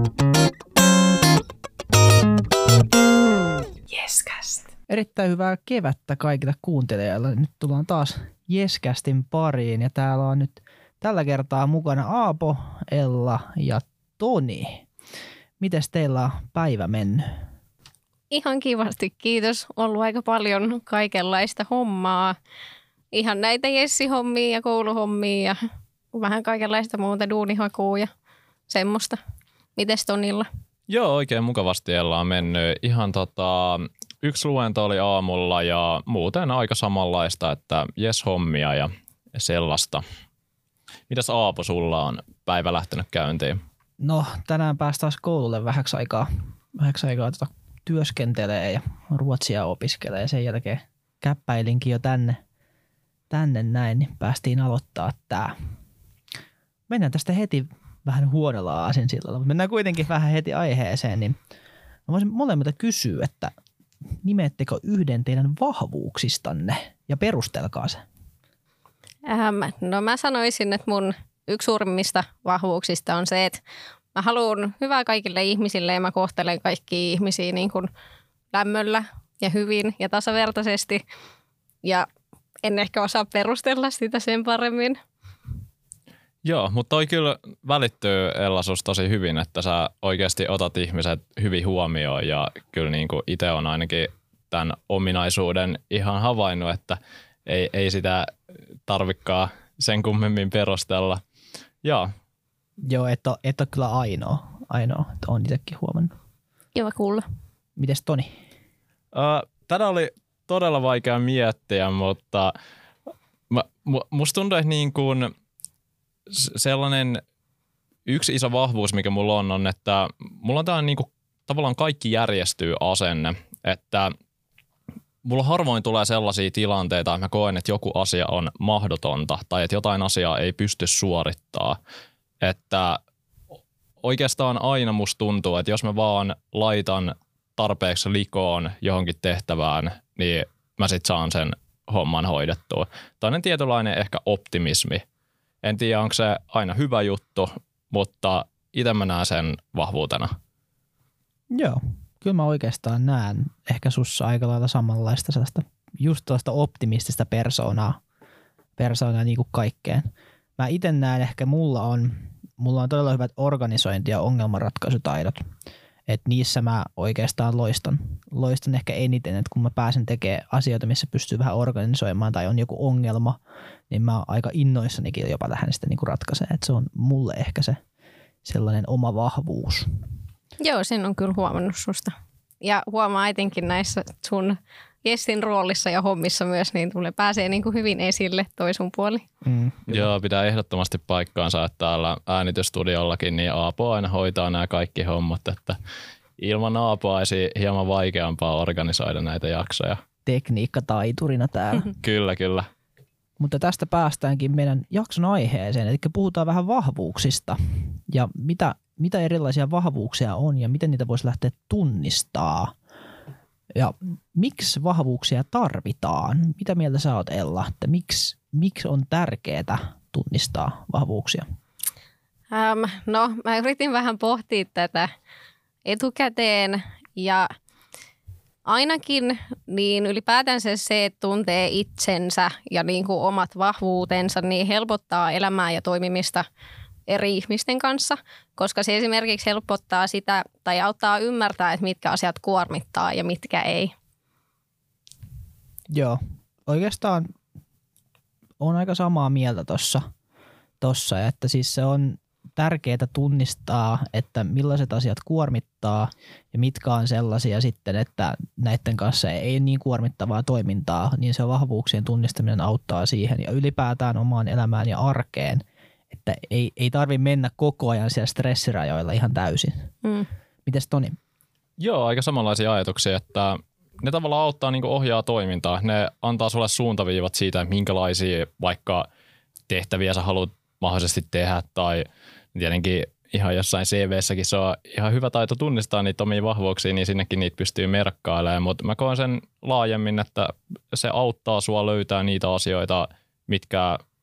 Jeskäst. Erittäin hyvää kevättä kaikille kuuntelijoille. Nyt tullaan taas Jeskästin pariin ja täällä on nyt tällä kertaa mukana Aapo, Ella ja Toni. Mites teillä on päivä mennyt? Ihan kivasti, kiitos. Ollut aika paljon kaikenlaista hommaa. Ihan näitä Jessi-hommia ja kouluhommia ja vähän kaikenlaista muuta duunihakua ja semmoista. Mites Tonilla? Joo, oikein mukavasti ollaan mennyt. Ihan yksi luento oli aamulla ja muuten aika samanlaista, että hommia ja sellaista. Mitäs Aapo, sulla on päivä lähtenyt käyntiin? No, tänään pääsi taas koululle vähäksi aikaa työskentelee ja ruotsia opiskelee ja sen jälkeen käppäilinkin jo tänne näin, niin päästiin aloittaa tää. Mennään tästä heti vähän huonolla aasinsillalla, mutta mennään kuitenkin vähän heti aiheeseen, niin mä voisin molemmilta kysyä, että nimettekö yhden teidän vahvuuksistanne ja perustelkaa se? No mä sanoisin, että mun yksi suurimmista vahvuuksista on se, että mä haluan hyvää kaikille ihmisille ja mä kohtelen kaikkia ihmisiä niin kuin lämmöllä ja hyvin ja tasavertaisesti ja en ehkä osaa perustella sitä sen paremmin. Joo, mutta toi kyllä välittyy Ella susta tosi hyvin, että sä oikeasti otat ihmiset hyvin huomioon ja kyllä niin kuin itse on ainakin tämän ominaisuuden ihan havainnut, että ei sitä tarvikaan sen kummemmin perustella. Joo, et ole kyllä ainoa, että on itsekin huomannut. Kiva kuulla. Mites Toni? Tätä oli todella vaikea miettiä, mutta musta tuntuu, että niin kuin sellainen yksi iso vahvuus, mikä mulla on, että mulla on tää niin kuin tavallaan kaikki järjestyy asenne, että mulla harvoin tulee sellaisia tilanteita, että mä koen, että joku asia on mahdotonta tai että jotain asiaa ei pysty suorittaa. Että oikeastaan aina musta tuntuu, että jos mä vaan laitan tarpeeksi likoon johonkin tehtävään, niin mä sit saan sen homman hoidettua. Toinen tietynlainen ehkä optimismi. En tiedä, onko se aina hyvä juttu, mutta itse mä näen sen vahvuutena. Joo, kyllä mä oikeastaan näen ehkä sussa aika lailla samanlaista sellaista, just tuosta optimistista persoonaa niin kuin kaikkeen. Mä itse näen ehkä mulla on todella hyvät organisointi- ja ongelmanratkaisutaidot. Että niissä mä oikeastaan loistan ehkä eniten, että kun mä pääsen tekemään asioita, missä pystyy vähän organisoimaan tai on joku ongelma, niin mä aika innoissanikin jopa lähden sitä niin ratkaisemaan. Että se on mulle ehkä se sellainen oma vahvuus. Joo, sen on kyllä huomannut susta. Ja huomaa etenkin näissä sun Jessin roolissa ja hommissa myös, niin pääsee niin kuin hyvin esille toi sun puoli. Joo, pitää ehdottomasti paikkaansa, että täällä äänitysstudiollakin niin Aapo aina hoitaa nämä kaikki hommat, että ilman Aapoa olisi hieman vaikeampaa organisoida näitä jaksoja. Tekniikkataiturina täällä. Kyllä. Mutta tästä päästäänkin meidän jakson aiheeseen, eli puhutaan vähän vahvuuksista ja mitä erilaisia vahvuuksia on ja miten niitä voisi lähteä tunnistaa. Ja miksi vahvuuksia tarvitaan? Mitä mieltä sä oot, Ella, että miksi on tärkeää tunnistaa vahvuuksia? No, mä yritin vähän pohtia tätä etukäteen ja ainakin niin ylipäätänsä se, että tuntee itsensä ja niin kuin omat vahvuutensa, niin helpottaa elämää ja toimimista eri ihmisten kanssa, koska se esimerkiksi helpottaa sitä tai auttaa ymmärtää, että mitkä asiat kuormittaa ja mitkä ei. Joo, oikeastaan on aika samaa mieltä tossa, että siis se on tärkeää tunnistaa, että millaiset asiat kuormittaa ja mitkä on sellaisia sitten, että näiden kanssa ei niin kuormittavaa toimintaa, niin se vahvuuksien tunnistaminen auttaa siihen ja ylipäätään omaan elämään ja arkeen, että ei tarvitse mennä koko ajan siellä stressirajoilla ihan täysin. Mites Toni? Joo, aika samanlaisia ajatuksia, että ne tavallaan auttaa niin kuin ohjaa toimintaa. Ne antaa sulle suuntaviivat siitä, minkälaisia vaikka tehtäviä sä haluat mahdollisesti tehdä tai tietenkin ihan jossain CV-säkin se on ihan hyvä taito tunnistaa niitä omia vahvuuksia, niin sinnekin niitä pystyy merkkailemaan, mutta mä koen sen laajemmin, että se auttaa sua löytää niitä asioita,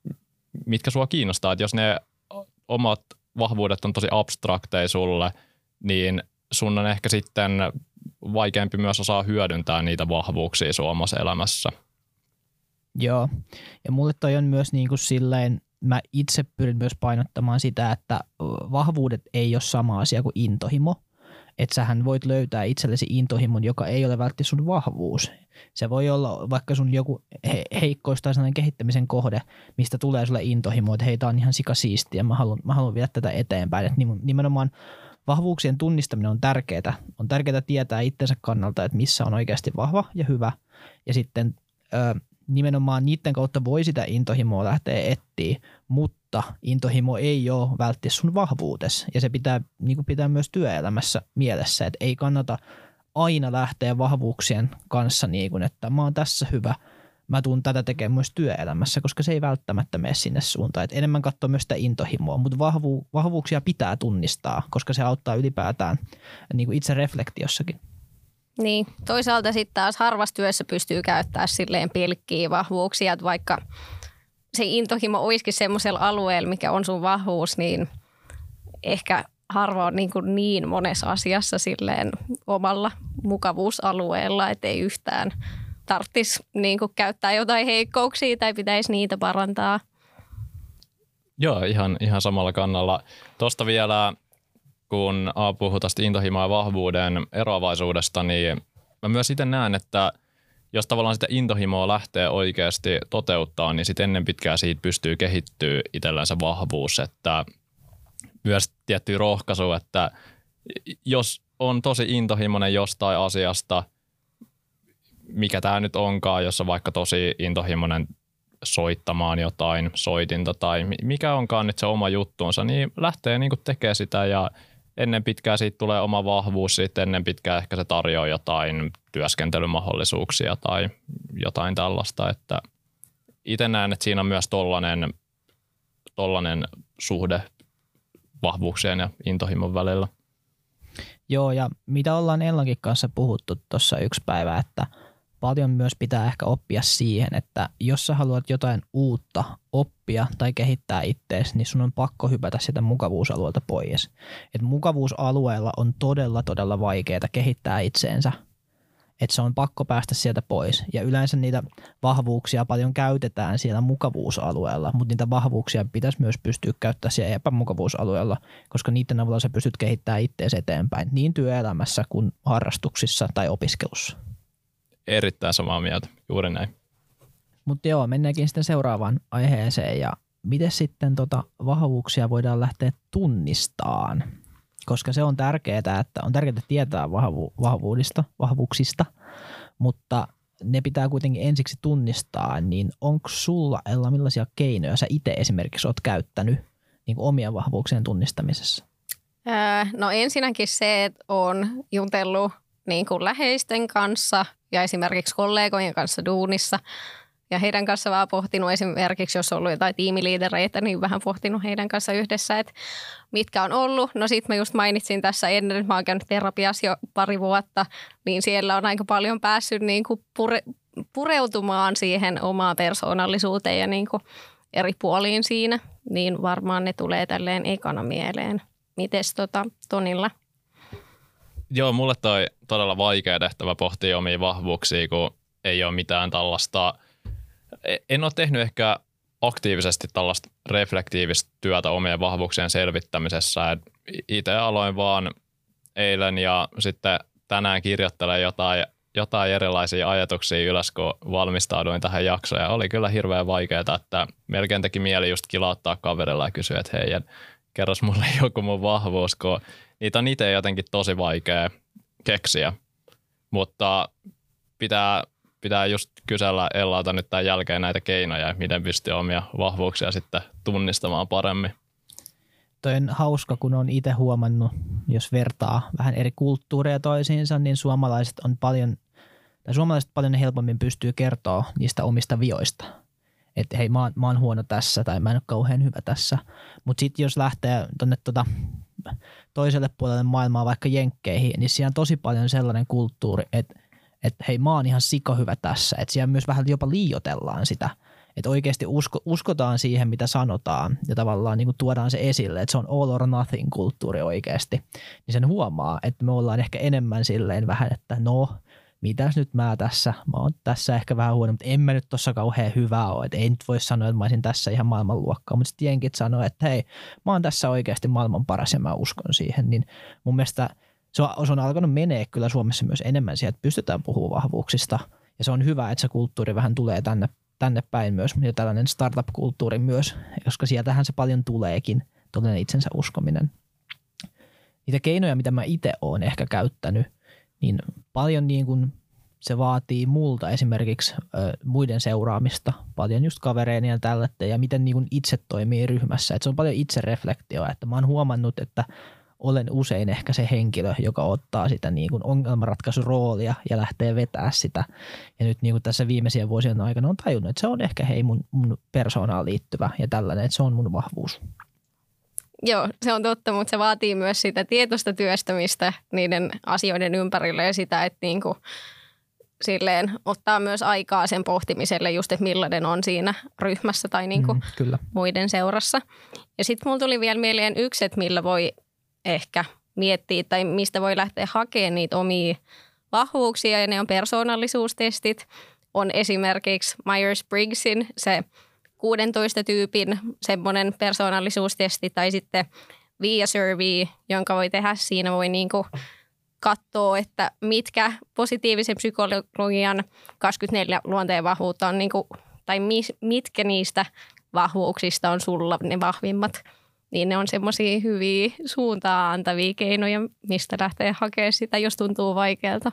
mitkä sua kiinnostaa. Että jos ne omat vahvuudet on tosi abstrakteja sulle, niin sun on ehkä sitten vaikeampi myös osaa hyödyntää niitä vahvuuksia sun omassa elämässä. Joo, ja mulle toi on myös niin kuin silleen, mä itse pyrin myös painottamaan sitä, että vahvuudet ei ole sama asia kuin intohimo. Että sähän voit löytää itsellesi intohimon, joka ei ole välttämättä sun vahvuus. Se voi olla vaikka sun joku heikkous tai sellainen kehittämisen kohde, mistä tulee sulle intohimo, että hei, tää on ihan sikasiistiä, mä haluan viedä tätä eteenpäin. Et nimenomaan vahvuuksien tunnistaminen on tärkeää. On tärkeää tietää itsensä kannalta, että missä on oikeasti vahva ja hyvä. Ja sitten nimenomaan niiden kautta voi sitä intohimoa lähteä etsiä, mutta intohimo ei ole välttämättä sun vahvuutes. Ja se pitää myös työelämässä mielessä, että ei kannata aina lähteä vahvuuksien kanssa niin kuin, että mä oon tässä hyvä, mä tuun tätä tekemään myös työelämässä, koska se ei välttämättä mene sinne suuntaan. Että enemmän katsoa myös sitä intohimoa, mutta vahvuuksia pitää tunnistaa, koska se auttaa ylipäätään niin kuin itse reflektiossakin. Niin, toisaalta sitten taas harvassa työssä pystyy käyttämään silleen pilkkiä vahvuuksia, että vaikka se intohimo olisikin semmoisella alueella, mikä on sun vahvuus, niin ehkä harva on niin monessa asiassa silleen omalla mukavuusalueella, että ei yhtään tarvitsisi käyttää jotain heikkouksia tai pitäisi niitä parantaa. Joo, ihan samalla kannalla. Tuosta vielä, kun puhuu tästä intohimoa ja vahvuuden eroavaisuudesta, niin mä myös itse näen, että jos tavallaan sitä intohimoa lähtee oikeasti toteuttaa, niin sitten ennen pitkään siitä pystyy kehittyä itsellänsä vahvuus. Että myös tiettyä rohkaisua, että jos on tosi intohimoinen jostain asiasta, mikä tämä nyt onkaan, jos on vaikka tosi intohimoinen soittamaan jotain soitinta tai mikä onkaan nyt se oma juttuunsa, niin lähtee niin kuin tekemään sitä ja ennen pitkään siitä tulee oma vahvuus, sitten ennen pitkään ehkä se tarjoaa jotain työskentelymahdollisuuksia tai jotain tällaista, että itse näen, että siinä on myös tollainen suhde vahvuuksien ja intohimon välillä. Joo, ja mitä ollaan Ellankin kanssa puhuttu tuossa yksi päivä, että paljon myös pitää ehkä oppia siihen, että jos sä haluat jotain uutta oppia tai kehittää ittees, niin sun on pakko hypätä sitä mukavuusalueelta pois. Et mukavuusalueella on todella vaikeaa kehittää itseensä. Että se on pakko päästä sieltä pois. Ja yleensä niitä vahvuuksia paljon käytetään siellä mukavuusalueella, mutta niitä vahvuuksia pitäisi myös pystyä käyttämään siellä epämukavuusalueella, koska niiden avulla sä pystyt kehittämään itseäsi eteenpäin niin työelämässä kuin harrastuksissa tai opiskelussa. Erittäin samaa mieltä, juuri näin. Mutta joo, mennäänkin sitten seuraavaan aiheeseen ja miten sitten vahvuuksia voidaan lähteä tunnistamaan, koska se on tärkeää, että on tärkeää tietää vahvuuksista, mutta ne pitää kuitenkin ensiksi tunnistaa, niin onko sulla Ella millaisia keinoja sä itse esimerkiksi oot käyttänyt niin kuin omien vahvuuksien tunnistamisessa? No ensinnäkin se, että on jutellut niin kuin läheisten kanssa ja esimerkiksi kollegojen kanssa duunissa ja heidän kanssa vaan pohtinut esimerkiksi, jos on ollut jotain tiimiliidereitä, niin vähän pohtinut heidän kanssa yhdessä, että mitkä on ollut. No sit mä just mainitsin tässä ennen, että mä oon käynyt terapiassa jo 2 vuotta, niin siellä on aika paljon päässyt niin kuin pureutumaan siihen omaan persoonallisuuteen ja niin kuin eri puoliin siinä, niin varmaan ne tulee tälleen ekana mieleen. Mites Tonilla? Joo, mulle toi todella vaikea tehtävä pohtia omia vahvuuksia, kun ei ole mitään tällaista. En ole tehnyt ehkä aktiivisesti tällaista reflektiivistä työtä omien vahvuuksien selvittämisessä. Itse aloin vaan eilen ja sitten tänään kirjoittelen jotain erilaisia ajatuksia ylös, kun valmistauduin tähän jaksoon. Ja oli kyllä hirveän vaikeaa, että melkein teki mieli just kilauttaa kaverilla ja kysyä, että hei, kerros mulle joku mun vahvuus, kun niitä on itse jotenkin tosi vaikea keksiä. Mutta pitää just kysellä Ellalta nyt tämän jälkeen näitä keinoja, miten pystyy omia vahvuuksia sitten tunnistamaan paremmin. Toi on hauska, kun on itse huomannut, jos vertaa vähän eri kulttuureja toisiinsa, niin suomalaiset paljon helpommin pystyy kertoa niistä omista vioista. Että hei, mä oon huono tässä tai mä en ole kauhean hyvä tässä. Mutta sitten jos lähtee tuonne toiselle puolelle maailmaa, vaikka jenkkeihin, niin siellä on tosi paljon sellainen kulttuuri, että hei, mä oon ihan sikahyvä tässä. Että siellä myös vähän jopa liioitellaan sitä. Että oikeasti uskotaan siihen, mitä sanotaan ja tavallaan niin kuin tuodaan se esille, että se on all or nothing kulttuuri oikeasti. Niin sen huomaa, että me ollaan ehkä enemmän silleen vähän, että no, mitäs nyt mä oon tässä ehkä vähän huono, mutta en mä nyt tossa kauhean hyvä ole. Että ei nyt voi sanoa, että mä olisin tässä ihan maailmanluokkaa, mutta sitten jenkit sanoo, että hei, mä oon tässä oikeasti maailman paras ja mä uskon siihen. Niin mun mielestä se on alkanut menee kyllä Suomessa myös enemmän siihen, että pystytään puhumaan vahvuuksista. Ja se on hyvä, että se kulttuuri vähän tulee tänne päin myös ja tällainen startup-kulttuuri myös, koska sieltähän se paljon tuleekin, todellinen itsensä uskominen. Niitä keinoja, mitä mä itse oon ehkä käyttänyt, niin paljon niin kuin se vaatii multa esimerkiksi muiden seuraamista, paljon just kavereiden ja tällaista ja miten niin kuin itse toimii ryhmässä. Et se on paljon itsereflektioa, että mä oon huomannut, että olen usein ehkä se henkilö, joka ottaa sitä niin kuin ongelmanratkaisuroolia ja lähtee vetää sitä. Ja nyt niin kuin tässä viimeisien vuosien aikana on tajunnut, että se on ehkä mun persoonaan liittyvä ja tällainen, että se on mun vahvuus. Joo, se on totta, mutta se vaatii myös sitä tietoista työstämistä niiden asioiden ympärillä ja sitä, että niin kuin silleen ottaa myös aikaa sen pohtimiselle just, että millainen on siinä ryhmässä tai niin kuin kyllä. muiden seurassa. Ja sitten mulla tuli vielä mieleen yksi, että millä voi ehkä miettiä tai mistä voi lähteä hakemaan niitä omia vahvuuksia ja ne on persoonallisuustestit. On esimerkiksi Myers-Briggsin se 16 tyypin semmoinen persoonallisuustesti tai sitten VIA Survey, jonka voi tehdä. Siinä voi niinku katsoa, että mitkä positiivisen psykologian 24 luonteen vahvuutta on niinku, tai mitkä niistä vahvuuksista on sulla ne vahvimmat. Niin ne on semmoisia hyviä suuntaa antavia keinoja, mistä lähtee hakemaan sitä, jos tuntuu vaikealta.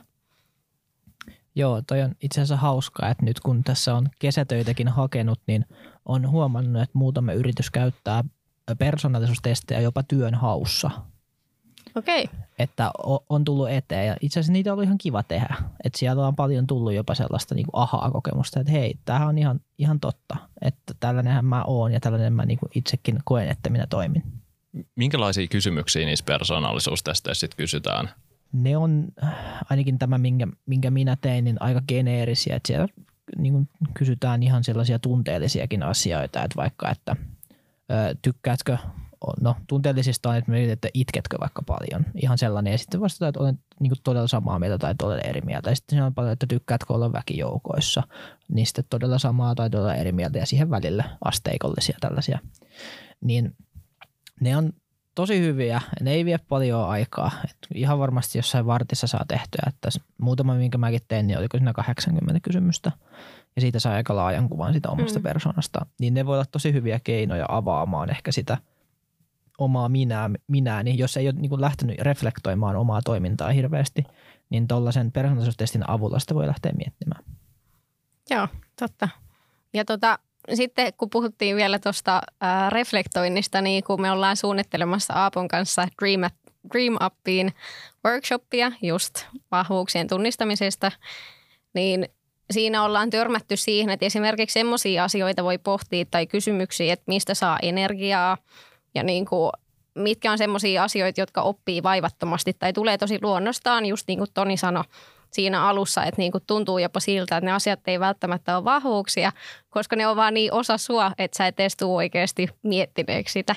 Joo, toi on itse asiassa hauskaa, että nyt kun tässä on kesätöitäkin hakenut, niin on huomannut, että muutama yritys käyttää persoonallisuustestejä jopa työnhaussa. Okei. Että on tullut eteen ja itse asiassa niitä on ollut ihan kiva tehdä. Että sieltä on paljon tullut jopa sellaista niin kuin ahaa-kokemusta, että hei, tämähän on ihan totta. Että tällainenhän mä oon ja tällainen mä niin kuin itsekin koen, että minä toimin. Minkälaisia kysymyksiä niissä persoonallisuustesteissä sitten kysytään? Ne on ainakin tämä, minkä minä tein, niin aika geneerisiä. Että siellä niin kuin kysytään ihan sellaisia tunteellisiakin asioita, että vaikka, että tykkäätkö, no tunteellisista on, että itketkö vaikka paljon, ihan sellainen. Ja sitten vastataan, että olen niin kuin todella samaa mieltä tai todella eri mieltä. Ja sitten on paljon, että tykkäätkö olla väkijoukoissa, niin sitten todella samaa tai todella eri mieltä ja siihen välille asteikollisia tällaisia. Niin ne on tosi hyviä, ne ei vie paljon aikaa. Et ihan varmasti jossain vartissa saa tehtyä, että muutama minkä mäkin tein, niin oliko siinä 80 kysymystä. Ja siitä saa aika laajan kuvan sitä omasta persoonasta. Niin ne voi olla tosi hyviä keinoja avaamaan ehkä sitä omaa minääni. Jos ei ole niin kuin lähtenyt reflektoimaan omaa toimintaa hirveästi, niin tuollaisen persoonallisuustestin avulla sitä voi lähteä miettimään. Joo, totta. Ja sitten kun puhuttiin vielä tuosta reflektoinnista, niin kun me ollaan suunnittelemassa Aapon kanssa Dream Upiin workshoppia just vahvuuksien tunnistamisesta, niin siinä ollaan törmätty siihen, että esimerkiksi semmoisia asioita voi pohtia tai kysymyksiä, että mistä saa energiaa ja niin kuin, mitkä on semmoisia asioita, jotka oppii vaivattomasti tai tulee tosi luonnostaan, just niin kuin Toni sanoi siinä alussa, että niin kuin tuntuu jopa siltä, että ne asiat ei välttämättä ole vahvuuksia, koska ne on vaan niin osa sua, että sä et edes tule oikeasti miettineeksi sitä.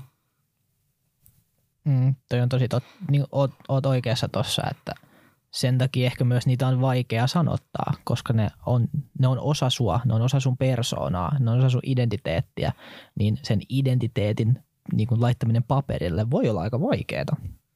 Toi on tosi niin oot oikeassa tuossa, että sen takia ehkä myös niitä on vaikea sanottaa, koska ne on osa sua, ne on osa sun persoonaa, ne on osa sun identiteettiä, niin sen identiteetin niin kuin laittaminen paperille voi olla aika vaikeaa.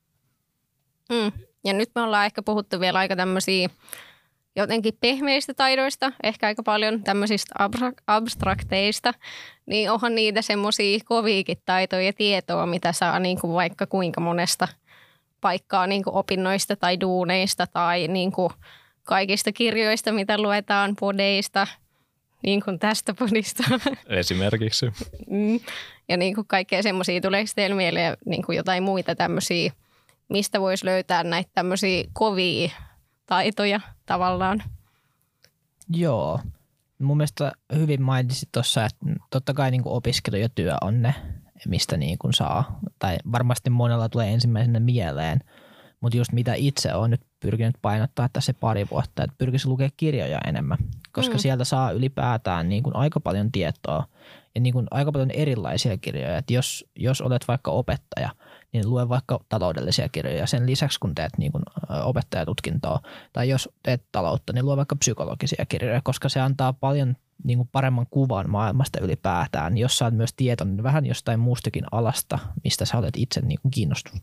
Ja nyt me ollaan ehkä puhuttu vielä aika tämmöisiä jotenkin pehmeistä taidoista, ehkä aika paljon tämmöisistä abstrakteista, niin onhan niitä semmoisia koviakin taitoja ja tietoa, mitä saa niin kuin vaikka kuinka monesta paikkaa niin kuin opinnoista tai duuneista tai niin kuin kaikista kirjoista, mitä luetaan, podeista, niin kuin tästä podista. Esimerkiksi. Ja niin kuin kaikkea semmoisia. Tuleeko teille mieleen niin kuin jotain muita tämmöisiä, mistä voisi löytää näitä tämmöisiä kovia taitoja tavallaan? Joo. Mun mielestä hyvin mainitsit tuossa, että totta kai niin kuin opiskelu ja työ on ne, mistä niin kuin saa. Tai varmasti monella tulee ensimmäisenä mieleen. Mutta just mitä itse olen nyt pyrkinyt painottaa tässä 2 vuotta, että pyrkisi lukea kirjoja enemmän, koska sieltä saa ylipäätään niin kuin aika paljon tietoa ja niin kuin aika paljon erilaisia kirjoja. Että jos olet vaikka opettaja, niin lue vaikka taloudellisia kirjoja sen lisäksi, kun teet niin kuin opettajatutkintoa. Tai jos teet taloutta, niin lue vaikka psykologisia kirjoja, koska se antaa paljon niin kuin paremman kuvan maailmasta ylipäätään, jos saat myös tietoa vähän jostain muustakin alasta, mistä sä olet itse niin kuin kiinnostunut.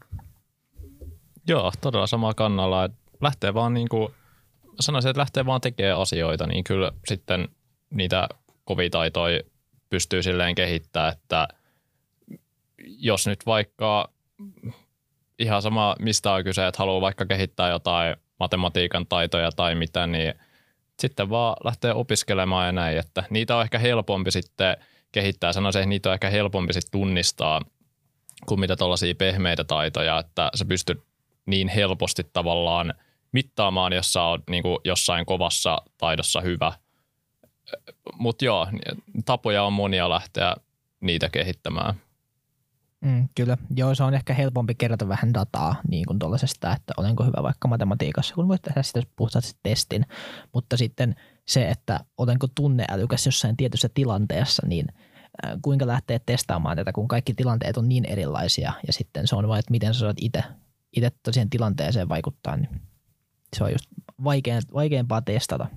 Joo, todella samaa kannalla. Että lähtee vaan niin kuin, sanoisin, että lähtee vaan tekemään asioita, niin kyllä sitten niitä kovia taitoja pystyy silleen kehittämään, että jos nyt vaikka ihan sama mistä on kyse, että haluaa vaikka kehittää jotain matematiikan taitoja tai mitä, niin sitten vaan lähtee opiskelemaan ja näin, että niitä on ehkä helpompi sitten kehittää. Sanoisin, että niitä on ehkä helpompi sitten tunnistaa kuin mitä tuollaisia pehmeitä taitoja, että sä pystyt niin helposti tavallaan mittaamaan, jos sä oot niin kuin jossain kovassa taidossa hyvä. Mutta joo, tapoja on monia lähteä niitä kehittämään. Kyllä. Joo, se on ehkä helpompi kerätä vähän dataa niin kuin tuollaisesta, että olenko hyvä vaikka matematiikassa, kun voit tehdä sitä puhtaasti testin. Mutta sitten se, että olenko tunneälykäs jossain tietyssä tilanteessa, niin kuinka lähtee testaamaan tätä, kun kaikki tilanteet on niin erilaisia. Ja sitten se on vain, että miten sä saat itse siihen tilanteeseen vaikuttaa, niin se on just vaikeampaa testata.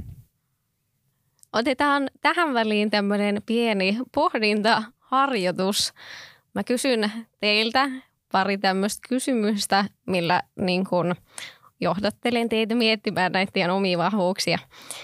Otetaan tähän väliin tämmöinen pieni pohdintaharjoitus. Mä kysyn teiltä pari tämmöistä kysymystä, millä niin kun johdattelen teitä miettimään näitä omia vahvuuksia.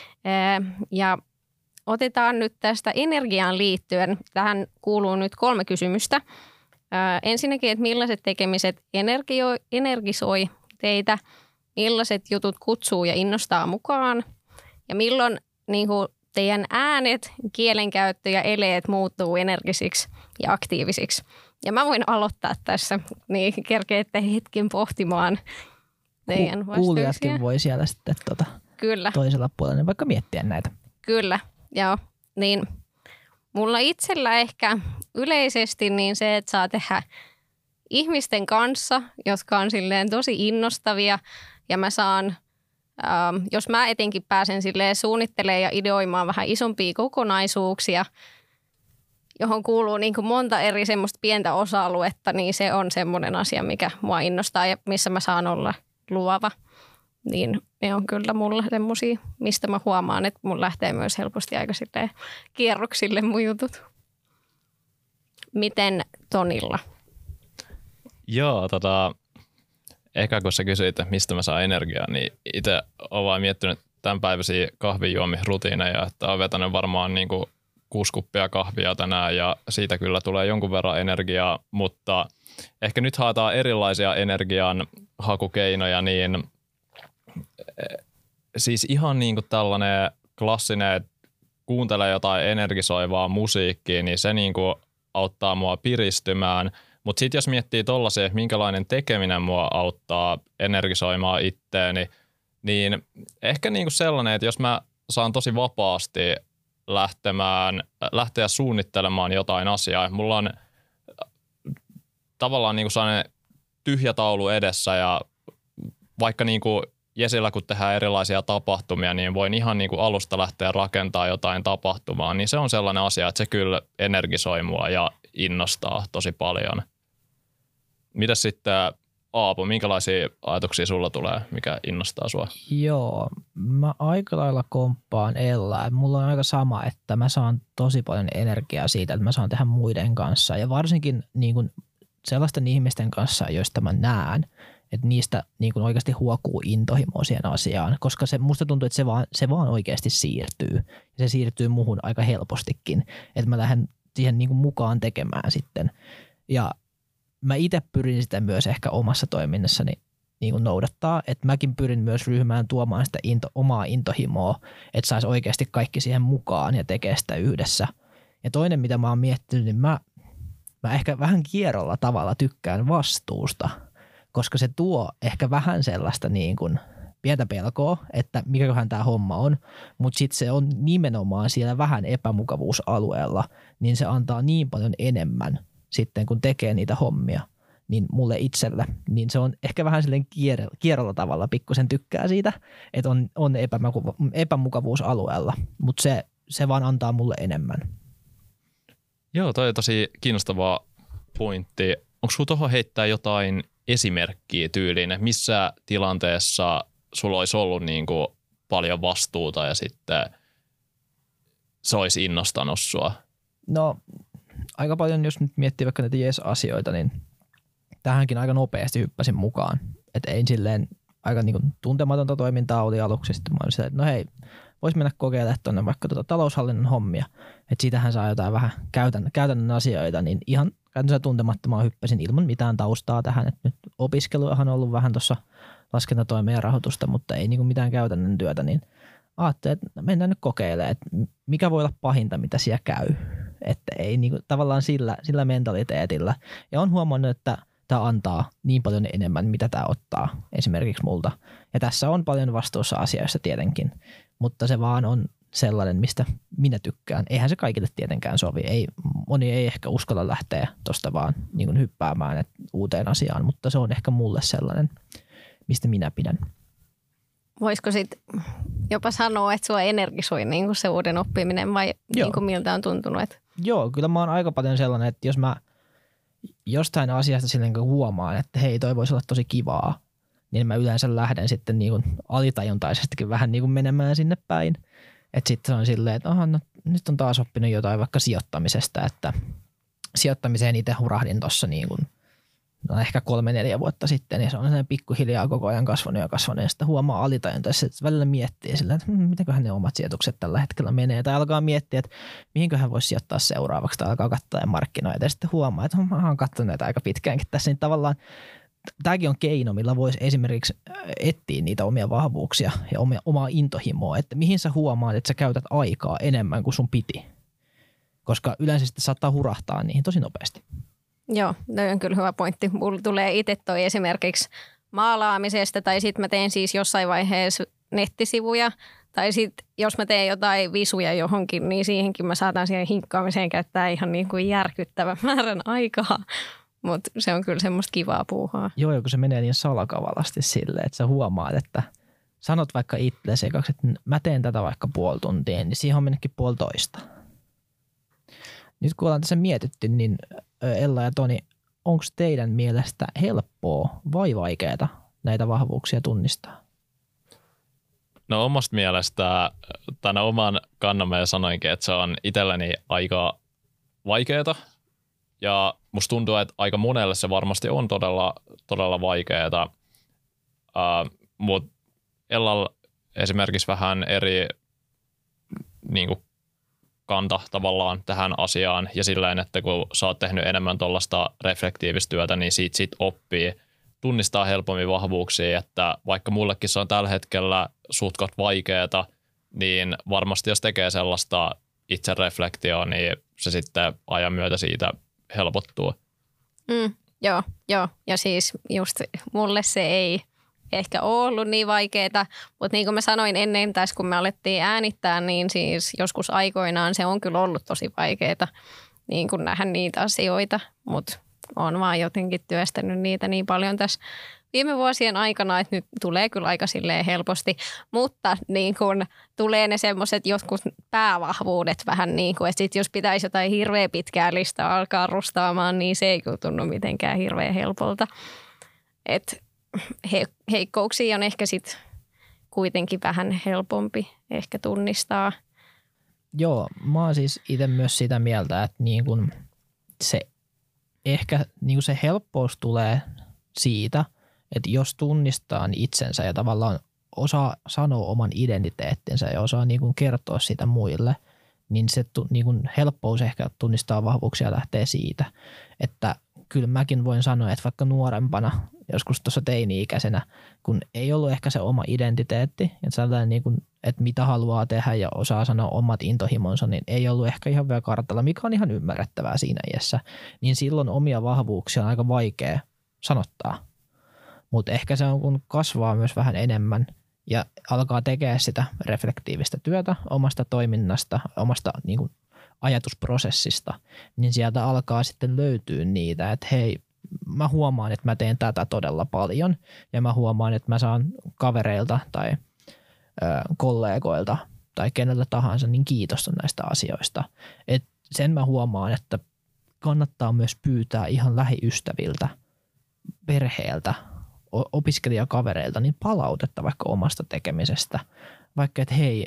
Ja otetaan nyt tästä energiaan liittyen. Tähän kuuluu nyt 3 kysymystä. Ensinnäkin, että millaiset tekemiset energisoi teitä, millaiset jutut kutsuu ja innostaa mukaan ja milloin niin kuin teidän äänet, kielenkäyttö ja eleet muuttuu energisiksi ja aktiivisiksi. Ja mä voin aloittaa tässä, niin kerkeette hetken pohtimaan teidän vastauksia. Kuulijatkin voi siellä sitten Kyllä. toisella puolella vaikka miettiä näitä. Kyllä, joo. Niin mulla itsellä ehkä yleisesti niin se, että saa tehdä ihmisten kanssa, jotka on silleen tosi innostavia ja mä saan, jos mä etenkin pääsen silleen suunnittelemaan ja ideoimaan vähän isompia kokonaisuuksia, johon kuuluu niin kuin monta eri semmoista pientä osa-aluetta, niin se on semmoinen asia, mikä mua innostaa ja missä mä saan olla luova. Niin ne on kyllä mulla semmosia, mistä mä huomaan, että mun lähtee myös helposti aika silleen kierroksille mun jutut. Miten Tonilla? Joo, ehkä kun sä kysyit, että mistä mä saan energiaa, niin itse olen vaan miettinyt tämänpäiväisiä kahvinjuomisrutiineja, että olen vetänyt varmaan niin kuin 6 kuppia kahvia tänään ja siitä kyllä tulee jonkun verran energiaa, mutta ehkä nyt haetaan erilaisia energian hakukeinoja, niin siis ihan niin kuin tällainen klassinen, että kuuntelee jotain energisoivaa musiikkia, niin se niin kuin auttaa mua piristymään. Mutta sitten jos miettii tollaisia, että minkälainen tekeminen mua auttaa energisoimaan itteeni, niin ehkä niin kuin sellainen, että jos mä saan tosi vapaasti lähteä suunnittelemaan jotain asiaa. Mulla on tavallaan niin kuin sellainen tyhjä taulu edessä ja vaikka niin kuin Jesillä kun tehdään erilaisia tapahtumia, niin voin ihan niin kuin alusta lähteä rakentamaan jotain tapahtumaa, niin se on sellainen asia, että se kyllä energisoi mua ja innostaa tosi paljon. Mitäs sitten Aapo, minkälaisia ajatuksia sulla tulee, mikä innostaa sua? Joo, mä aika lailla komppaan Ellaa. Mulla on aika sama, että mä saan tosi paljon energiaa siitä, että mä saan tehdä muiden kanssa ja varsinkin niin kuin sellaisten ihmisten kanssa, joista mä näen, että niistä niin kuin oikeasti huokuu intohimo siihen asiaan, koska musta tuntuu, että se vaan oikeasti siirtyy. Ja se siirtyy muhun aika helpostikin, että mä lähden siihen niin kuin mukaan tekemään sitten. Ja mä itse pyrin sitä myös ehkä omassa toiminnassani niin kuin noudattaa, että mäkin pyrin myös ryhmään tuomaan sitä omaa intohimoa, että saisi oikeasti kaikki siihen mukaan ja tekee sitä yhdessä. Ja toinen, mitä mä oon miettinyt, niin mä ehkä vähän kierrolla tavalla tykkään vastuusta, koska se tuo ehkä vähän sellaista niin kuin pientä pelkoa, että mikäköhän tämä homma on, mutta sitten se on nimenomaan siellä vähän epämukavuusalueella, niin se antaa niin paljon enemmän sitten, kun tekee niitä hommia. niin mulle itselle, niin se on ehkä vähän silleen kierrolla tavalla pikkusen tykkää siitä, että on epämukavuusalueella, mutta se vaan antaa mulle enemmän. Joo, toi on tosi kiinnostava pointti. Onko sinulla tuohon heittää jotain esimerkkiä tyyliin, että missä tilanteessa sulla olisi ollut niin kuin paljon vastuuta ja sitten se olisi innostanut sua? No aika paljon, jos nyt miettii vaikka näitä jees-asioita, niin tähänkin aika nopeasti hyppäsin mukaan. Että ei silleen aika niin kuin tuntematonta toimintaa oli aluksi. Sitten mä olin sitä, että no hei, vois mennä kokeilemaan tuonne vaikka taloushallinnon hommia. Että siitähän saa jotain vähän käytännön asioita, niin ihan käytännössä tuntemattomaan hyppäsin ilman mitään taustaa tähän. Että nyt opiskeluahan on ollut vähän tuossa laskentatoimia ja rahoitusta, mutta ei niin kuin mitään käytännön työtä, niin ajattelin, että mennään nyt kokeilemaan, että mikä voi olla pahinta, mitä siellä käy. Että ei niin kuin, tavallaan sillä mentaliteetillä. Ja on huomannut, että tämä antaa niin paljon enemmän, mitä tämä ottaa esimerkiksi multa. Ja tässä on paljon vastuussa asioista tietenkin, mutta se vaan on sellainen, mistä minä tykkään. Eihän se kaikille tietenkään sovi. Moni ei ehkä uskalla lähteä tuosta vaan niin kuin hyppäämään uuteen asiaan, mutta se on ehkä mulle sellainen, mistä minä pidän. Voisiko sitten jopa sanoa, että sua energisoi niin kuin se uuden oppiminen vai niin kuin miltä on tuntunut? Että... Joo, kyllä mä oon aika paljon sellainen, että jos mä jostain asiasta silleen huomaan, että hei, toi voisi olla tosi kivaa, niin mä yleensä lähden sitten niin kuin alitajuntaisestikin vähän niin kuin menemään sinne päin. Että sitten se on silleen, että no, nyt on taas oppinut jotain vaikka sijoittamisesta, että sijoittamiseen itse hurahdin tuossa niin kuin ehkä 3-4 vuotta sitten, ja se on sellainen pikkuhiljaa koko ajan kasvanut, ja sitten huomaa alitajuntaisesti, että välillä miettii sillä, että mitenköhän ne omat sijoitukset tällä hetkellä menee, tai alkaa miettiä, että mihinköhän voisi sijoittaa seuraavaksi, tai alkaa katsoa markkinoita, ja sitten huomaa, että mä oon katsonut näitä aika pitkäänkin tässä, niin tavallaan tämäkin on keino, millä voisi esimerkiksi etsiä niitä omia vahvuuksia ja omaa intohimoa, että mihin sä huomaat, että sä käytät aikaa enemmän kuin sun piti, koska yleensä sitten saattaa hurahtaa niihin tosi nopeasti. Joo, toi on kyllä hyvä pointti. Mulla tulee itse toi esimerkiksi maalaamisesta, tai sitten mä teen siis jossain vaiheessa nettisivuja, tai sitten jos mä teen jotain visuja johonkin, niin siihenkin mä saatan siihen hinkkaamiseen käyttää ihan niin kuin järkyttävän määrän aikaa. Mutta se on kyllä semmoista kivaa puuhaa. Joo, kun se menee niin salakavalasti silleen, että sä huomaat, että sanot vaikka itsellesi, että mä teen tätä vaikka puoli tuntia, niin siihen on mennytkin 1,5. Nyt kun ollaan tässä mietitty, niin Ella ja Toni, onko teidän mielestä helppoa vai vaikeaa näitä vahvuuksia tunnistaa? No omasta mielestä tänä oman kannamme sanoinkin, että se on itselleni aika vaikeaa. Ja musta tuntuu, että aika monelle se varmasti on todella vaikeaa. Mutta Ellalla esimerkiksi vähän eri niin kuin kanta tavallaan tähän asiaan ja silleen, että kun sä oot tehnyt enemmän tuollaista reflektiivistä työtä, niin siitä sit oppii tunnistaa helpommin vahvuuksia, että vaikka mullekin se on tällä hetkellä suhtkot vaikeaa, niin varmasti jos tekee sellaista itsereflektioa, niin se sitten ajan myötä siitä helpottuu. Joo. Ja siis just mulle se ei ehkä ole ollut niin vaikeaa, mutta niin kuin mä sanoin ennen tässä, kun me alettiin äänittää, niin siis joskus aikoinaan se on kyllä ollut tosi vaikeaa niin kuin nähdä niitä asioita, mutta olen vaan jotenkin työstänyt niitä niin paljon tässä viime vuosien aikana, että nyt tulee kyllä aika silleen helposti, mutta niin kun tulee ne semmoiset jotkut päävahvuudet vähän niin kuin, että sit jos pitäisi jotain hirveän pitkää listaa alkaa rustaamaan, niin se ei kyllä tunnu mitenkään hirveän helpolta. Et heikkouksia on ehkä sitten kuitenkin vähän helpompi ehkä tunnistaa. Joo, mä oon siis itse myös sitä mieltä, että niin kun se ehkä niin kun se helppous tulee siitä, että jos tunnistaa itsensä ja tavallaan osaa sanoa oman identiteettinsä ja osaa niin kuin kertoa sitä muille, niin se niin kuin helppous ehkä tunnistaa vahvuuksia lähtee siitä, että kyllä mäkin voin sanoa, että vaikka nuorempana, joskus tuossa teini-ikäisenä, kun ei ollut ehkä se oma identiteetti, että, niin kuin, että mitä haluaa tehdä ja osaa sanoa omat intohimonsa, niin ei ollut ehkä ihan vielä kartalla, mikä on ihan ymmärrettävää siinä iässä, niin silloin omia vahvuuksia on aika vaikea sanottaa. Mutta ehkä se on, kun kasvaa myös vähän enemmän ja alkaa tekemään sitä reflektiivistä työtä omasta toiminnasta, omasta niin kuin ajatusprosessista, niin sieltä alkaa sitten löytyä niitä, että hei, mä huomaan, että mä teen tätä todella paljon ja mä huomaan, että mä saan kavereilta tai kollegoilta tai keneltä tahansa niin kiitosta näistä asioista. Et sen mä huomaan, että kannattaa myös pyytää ihan lähiystäviltä, perheeltä, opiskelijakavereilta niin palautetta vaikka omasta tekemisestä. Vaikka, että hei,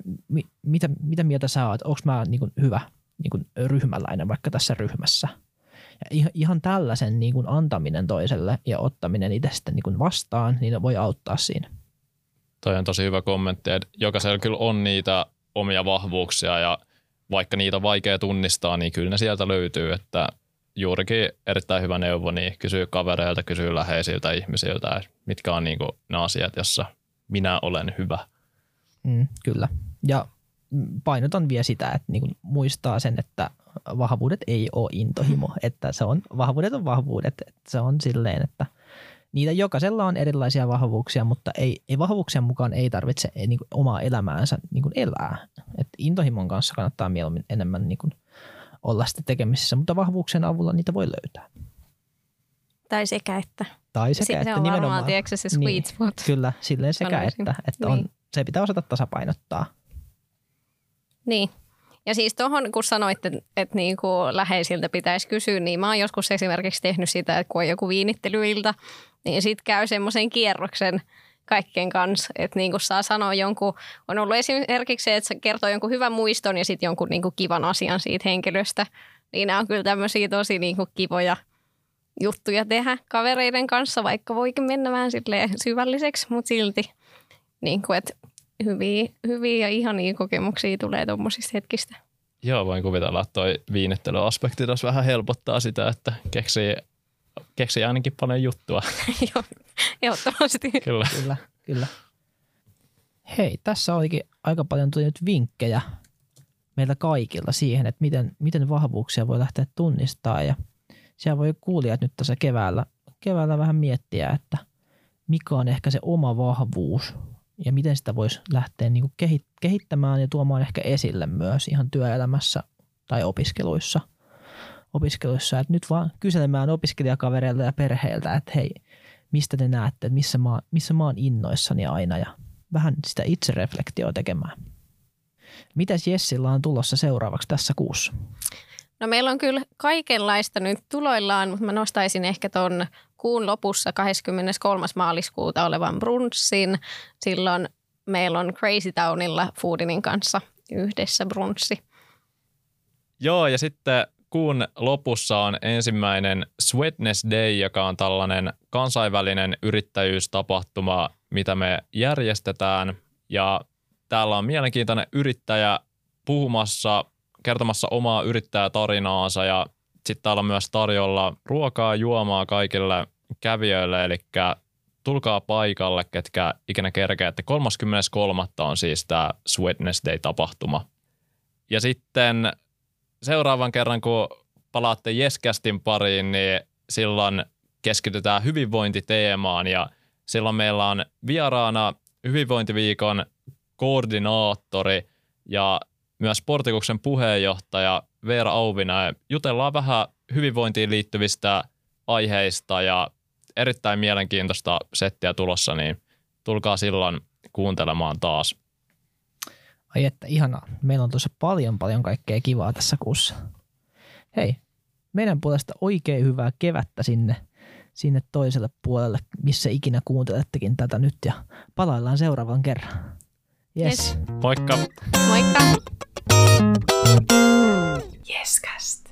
mitä mieltä sä oot, onko mä niin kuin hyvä niin kuin ryhmäläinen vaikka tässä ryhmässä. Ja ihan tällaisen niin kuin antaminen toiselle ja ottaminen itse sitten niin kuin vastaan, niin voi auttaa siinä. Toi on tosi hyvä kommentti, että jokaisella kyllä on niitä omia vahvuuksia ja vaikka niitä on vaikea tunnistaa, niin kyllä ne sieltä löytyy, että juurikin erittäin hyvä neuvo, niin kysyy kavereilta, kysyy läheisiltä ihmisiltä, mitkä on niin kuin ne asiat, jossa minä olen hyvä. Kyllä. Ja painotan vielä sitä, että niin kuin muistaa sen, että vahvuudet ei ole intohimo, että vahvuudet on vahvuudet. Että se on silleen, että niitä jokaisella on erilaisia vahvuuksia, mutta ei vahvuuksien mukaan ei tarvitse niin kuin omaa elämäänsä niin kuin elää. Et intohimon kanssa kannattaa mieluummin enemmän niin kuin olla sitten tekemisissä, mutta vahvuuksien avulla niitä voi löytää. Tai sekä että. Tai sekä että on nimenomaan. varmaan, tiedätkö, se sweet spot. Kyllä, silleen sekä että on, niin. se pitää osata tasapainottaa. Niin. Ja siis tuohon, kun sanoit, että niinku läheisiltä pitäisi kysyä, niin mä oon joskus esimerkiksi tehnyt sitä, että kun on joku viinittelyilta, niin sitten käy semmoisen kierroksen kaikkien kanssa, että niinku saa sanoa jonkun, on ollut esimerkiksi se, että se kertoo jonkun hyvän muiston ja sitten jonkun niinku kivan asian siitä henkilöstä. Niin nämä on kyllä tämmöisiä tosi niinku kivoja juttuja tehdä kavereiden kanssa, vaikka voikin mennä vähän silleen syvälliseksi, mutta silti niinku, että hyviä ja ihania kokemuksia tulee tuommoisista hetkistä. Joo, voin kuvitella, että toi viinittelyaspekti tuossa vähän helpottaa sitä, että keksii ainakin paljon juttua. Joo, ehdottomasti. Kyllä. Hei, tässä olikin aika paljon tuli nyt vinkkejä meiltä kaikilla siihen, että miten vahvuuksia voi lähteä tunnistamaan. Ja siellä voi kuulijat nyt tässä keväällä vähän miettiä, että mikä on ehkä se oma vahvuus ja miten sitä voisi lähteä niin kuin kehittämään ja tuomaan ehkä esille myös ihan työelämässä tai opiskeluissa. Että nyt vaan kyselemään opiskelijakavereilta ja perheiltä, että hei, mistä te näette, että missä mä oon innoissani aina ja vähän sitä itsereflektioa tekemään. Mitäs Jessillä on tulossa seuraavaksi tässä kuussa? No meillä on kyllä kaikenlaista nyt tuloillaan, mutta mä nostaisin ehkä ton kuun lopussa 23. maaliskuuta olevan brunssin. Silloin meillä on Crazy Townilla Foodinin kanssa yhdessä brunssi. Joo, ja sitten kuun lopussa on ensimmäinen Sweatness Day, joka on tällainen kansainvälinen yrittäjyystapahtuma, mitä me järjestetään. Ja täällä on mielenkiintoinen yrittäjä puhumassa, kertomassa omaa yrittäjätarinaansa ja sitten täällä on myös tarjolla ruokaa, juomaa kaikille kävijöille, eli tulkaa paikalle, ketkä ikinä kerkeätte. 33. on siis tämä Sweatness Day-tapahtuma. Ja sitten seuraavan kerran, kun palaatte Jeskästin pariin, niin silloin keskitytään hyvinvointiteemaan ja silloin meillä on vieraana hyvinvointiviikon koordinaattori ja myös Sportikuksen puheenjohtaja Veera Auvina. Jutellaan vähän hyvinvointiin liittyvistä aiheista ja erittäin mielenkiintoista settiä tulossa, niin tulkaa silloin kuuntelemaan taas. Ai että ihanaa. Meillä on tuossa paljon kaikkea kivaa tässä kuussa. Hei, meidän puolesta oikein hyvää kevättä sinne toiselle puolelle, missä ikinä kuuntelettekin tätä nyt ja palaillaan seuraavan kerran. Yes. Moikka! Moikka! Yescast.